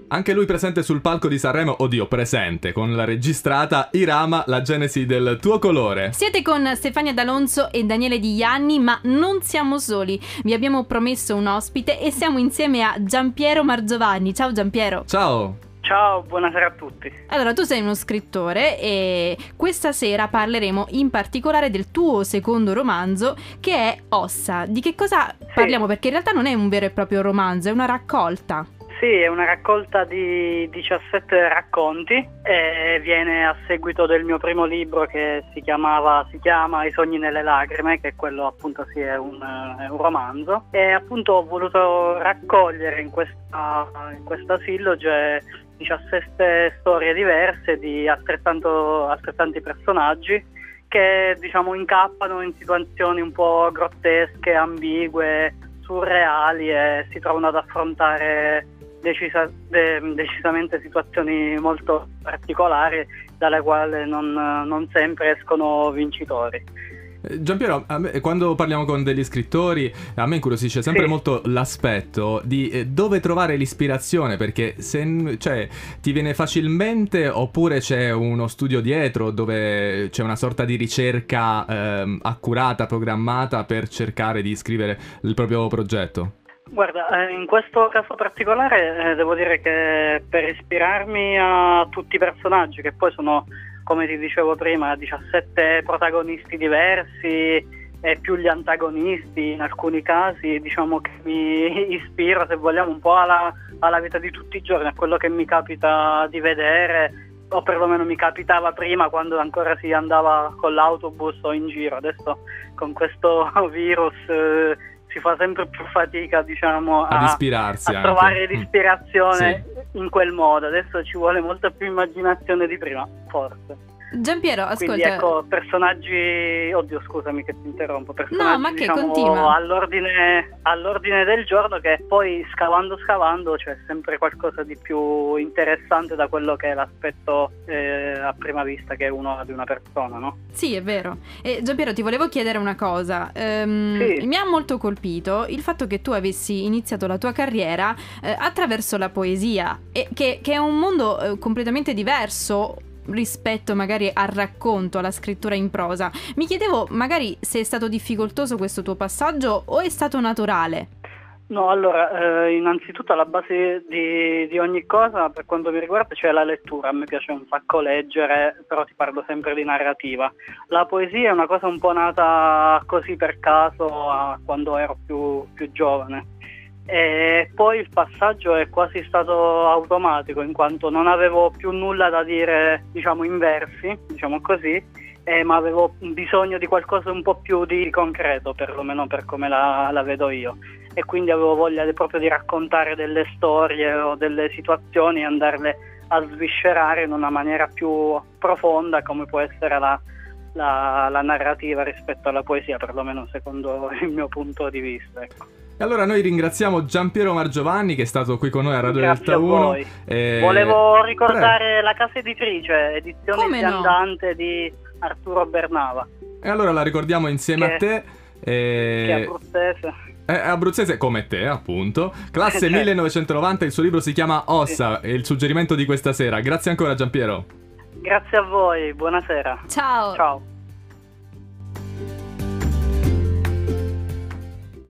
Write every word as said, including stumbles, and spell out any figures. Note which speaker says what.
Speaker 1: Anche lui presente sul palco di Sanremo, oddio, presente, con la registrata Irama, la genesi del tuo colore.
Speaker 2: Siete con Stefania D'Alonso e Daniele Di Ianni, ma non siamo soli. Vi abbiamo promesso un ospite e siamo insieme a Giampiero Margiovanni. Ciao Giampiero.
Speaker 1: Ciao.
Speaker 3: Ciao, buonasera a tutti.
Speaker 2: Allora, tu sei uno scrittore e questa sera parleremo in particolare del tuo secondo romanzo, che è Ossa. Di che cosa
Speaker 3: Sì.
Speaker 2: parliamo? Perché in realtà non è un vero e proprio romanzo, è una raccolta.
Speaker 3: Sì, è una raccolta di diciassette racconti e viene a seguito del mio primo libro che si chiamava si chiama I sogni nelle lacrime, che quello appunto sì è un, è un romanzo, e appunto ho voluto raccogliere in questa, in questa silloge diciassette storie diverse di altrettanto, altrettanti personaggi che diciamo incappano in situazioni un po' grottesche, ambigue, surreali e si trovano ad affrontare Decisa, de, decisamente situazioni molto particolari dalle quali non, non sempre escono vincitori.
Speaker 1: Eh, Giampiero, a me, quando parliamo con degli scrittori, a me incuriosisce sempre
Speaker 3: Sì.
Speaker 1: molto l'aspetto di eh, dove trovare l'ispirazione, perché se, cioè, ti viene facilmente oppure c'è uno studio dietro dove c'è una sorta di ricerca ehm, accurata, programmata per cercare di scrivere il proprio progetto?
Speaker 3: Guarda, eh, in questo caso particolare eh, devo dire che per ispirarmi a tutti i personaggi, che poi sono, come ti dicevo prima, diciassette protagonisti diversi e più gli antagonisti in alcuni casi, diciamo che mi ispiro, se vogliamo, un po' alla, alla vita di tutti i giorni, a quello che mi capita di vedere, o perlomeno mi capitava prima quando ancora si andava con l'autobus o in giro. Adesso con questo virus eh, si fa sempre più fatica, diciamo, a,
Speaker 1: Ad ispirarsi
Speaker 3: a
Speaker 1: anche.
Speaker 3: trovare l'ispirazione
Speaker 1: Sì.
Speaker 3: in quel modo. Adesso ci vuole molta più immaginazione di prima, forse.
Speaker 2: Giampiero,
Speaker 3: Quindi
Speaker 2: ascolta.
Speaker 3: ecco, personaggi, oddio scusami che ti interrompo, personaggi
Speaker 2: No, ma che,
Speaker 3: diciamo,
Speaker 2: continua.
Speaker 3: all'ordine, all'ordine del giorno, che poi scavando scavando c'è sempre qualcosa di più interessante da quello che è l'aspetto eh, a prima vista che uno ha di una persona, no?
Speaker 2: Sì, è vero. E Giampiero, ti volevo chiedere una cosa. Ehm,
Speaker 3: Sì.
Speaker 2: Mi ha molto colpito il fatto che tu avessi iniziato la tua carriera eh, attraverso la poesia, e che, che è un mondo eh, completamente diverso rispetto magari al racconto, alla scrittura in prosa. Mi chiedevo magari se è stato difficoltoso questo tuo passaggio o è stato naturale.
Speaker 3: No, allora, eh, innanzitutto alla base di, di ogni cosa, per quanto mi riguarda, c'è la lettura. A me piace un sacco leggere, però ti parlo sempre di narrativa. La poesia è una cosa un po' nata così per caso a, quando ero più, più giovane. E poi il passaggio è quasi stato automatico, in quanto non avevo più nulla da dire, diciamo, in versi, diciamo così, eh, ma avevo bisogno di qualcosa un po' più di concreto, perlomeno per come la, la vedo io. E quindi avevo voglia di, proprio di raccontare delle storie o delle situazioni e andarle a sviscerare in una maniera più profonda, come può essere la, la, la narrativa rispetto alla poesia, perlomeno secondo il mio punto di vista, ecco.
Speaker 1: E allora noi ringraziamo Giampiero Margiovanni, che è stato qui con noi a Radio
Speaker 3: Grazie
Speaker 1: Delta
Speaker 3: a
Speaker 1: uno.
Speaker 3: voi.
Speaker 1: E...
Speaker 3: Volevo ricordare la casa editrice, edizione
Speaker 2: Come no?
Speaker 3: viandante di Arturo Bernava,
Speaker 1: E allora la ricordiamo insieme
Speaker 3: Che-
Speaker 1: a te. E...
Speaker 3: che è abruzzese.
Speaker 1: È abruzzese come te, appunto. Classe
Speaker 3: Certo.
Speaker 1: millenovecentonovanta, il suo libro si chiama Ossa, è il suggerimento di questa sera. Grazie ancora Giampiero.
Speaker 3: Grazie a voi, buonasera.
Speaker 2: Ciao!
Speaker 3: Ciao.